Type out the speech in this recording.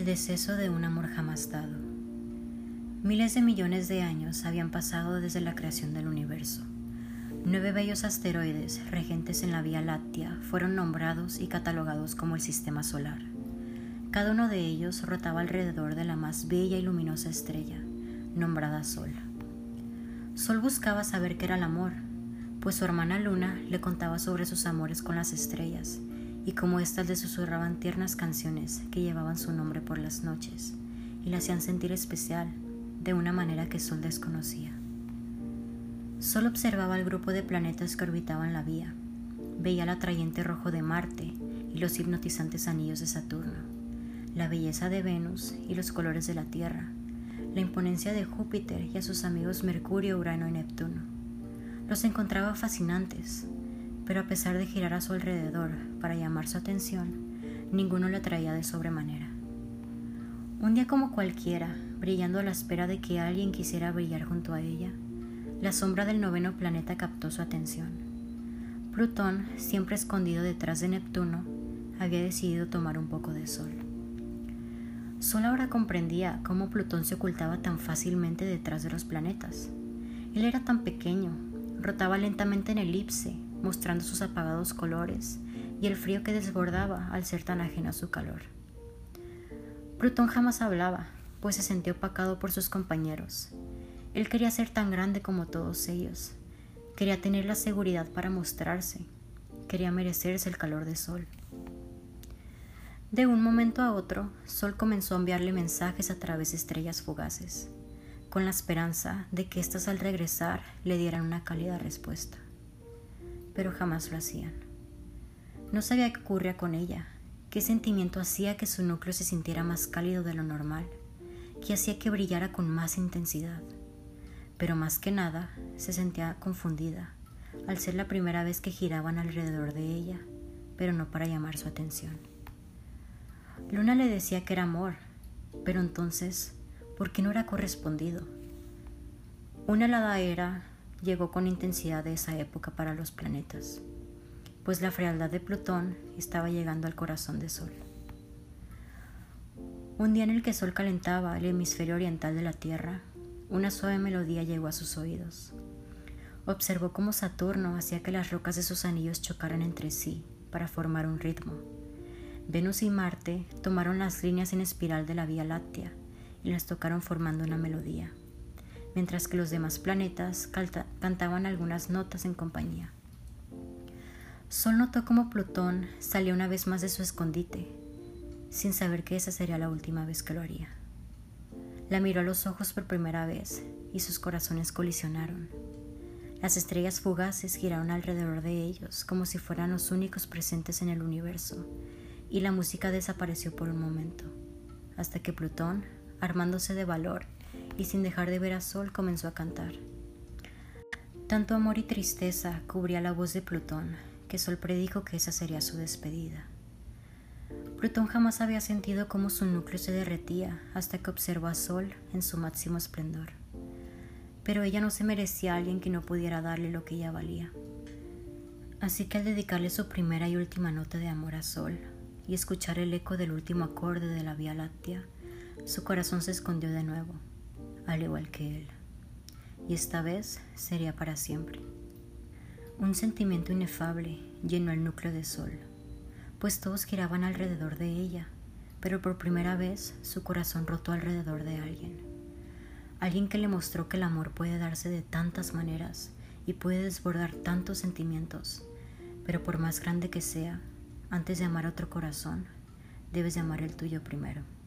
El deceso de un amor jamás dado. Miles de millones de años habían pasado desde la creación del universo. 9 bellos asteroides regentes en la Vía Láctea fueron nombrados y catalogados como el Sistema Solar. Cada uno de ellos rotaba alrededor de la más bella y luminosa estrella, nombrada Sol. Sol buscaba saber qué era el amor, pues su hermana Luna le contaba sobre sus amores con las estrellas y cómo éstas le susurraban tiernas canciones que llevaban su nombre por las noches y la hacían sentir especial de una manera que Sol desconocía. Sol observaba el grupo de planetas que orbitaban la Vía, veía el atrayente rojo de Marte y los hipnotizantes anillos de Saturno, la belleza de Venus y los colores de la Tierra, la imponencia de Júpiter y a sus amigos Mercurio, Urano y Neptuno. Los encontraba fascinantes, pero a pesar de girar a su alrededor para llamar su atención, ninguno le atraía de sobremanera. Un día como cualquiera, brillando a la espera de que alguien quisiera brillar junto a ella, la sombra del 9º planeta captó su atención. Plutón, siempre escondido detrás de Neptuno, había decidido tomar un poco de sol. Sol ahora comprendía cómo Plutón se ocultaba tan fácilmente detrás de los planetas. Él era tan pequeño, rotaba lentamente en elipse, mostrando sus apagados colores y el frío que desbordaba al ser tan ajeno a su calor. Plutón jamás hablaba, pues se sentía opacado por sus compañeros. Él quería ser tan grande como todos ellos, quería tener la seguridad para mostrarse, quería merecerse el calor de Sol. De un momento a otro, Sol comenzó a enviarle mensajes a través de estrellas fugaces, con la esperanza de que éstas al regresar le dieran una cálida respuesta. Pero jamás lo hacían. No sabía qué ocurría con ella, qué sentimiento hacía que su núcleo se sintiera más cálido de lo normal, qué hacía que brillara con más intensidad. Pero más que nada, se sentía confundida, al ser la primera vez que giraban alrededor de ella, pero no para llamar su atención. Luna le decía que era amor, pero entonces, ¿por qué no era correspondido? Una helada era llegó con intensidad de esa época para los planetas, pues la frialdad de Plutón estaba llegando al corazón de Sol. Un día en el que Sol calentaba el hemisferio oriental de la Tierra, una suave melodía llegó a sus oídos. Observó cómo Saturno hacía que las rocas de sus anillos chocaran entre sí para formar un ritmo. Venus y Marte tomaron las líneas en espiral de la Vía Láctea y las tocaron formando una melodía, mientras que los demás planetas cantaban algunas notas en compañía. Sol notó cómo Plutón salía una vez más de su escondite, sin saber que esa sería la última vez que lo haría. La miró a los ojos por primera vez y sus corazones colisionaron. Las estrellas fugaces giraron alrededor de ellos como si fueran los únicos presentes en el universo, y la música desapareció por un momento, hasta que Plutón, armándose de valor y sin dejar de ver a Sol, comenzó a cantar. Tanto amor y tristeza cubría la voz de Plutón que Sol predijo que esa sería su despedida. Plutón jamás había sentido cómo su núcleo se derretía hasta que observó a Sol en su máximo esplendor. Pero ella no se merecía a alguien que no pudiera darle lo que ella valía. Así que al dedicarle su primera y última nota de amor a Sol y escuchar el eco del último acorde de la Vía Láctea, su corazón se escondió de nuevo, al igual que él. Y esta vez sería para siempre. Un sentimiento inefable llenó el núcleo de Sol, pues todos giraban alrededor de ella, pero por primera vez su corazón rotó alrededor de alguien. Alguien que le mostró que el amor puede darse de tantas maneras y puede desbordar tantos sentimientos, pero por más grande que sea, antes de amar a otro corazón, debes de amar el tuyo primero.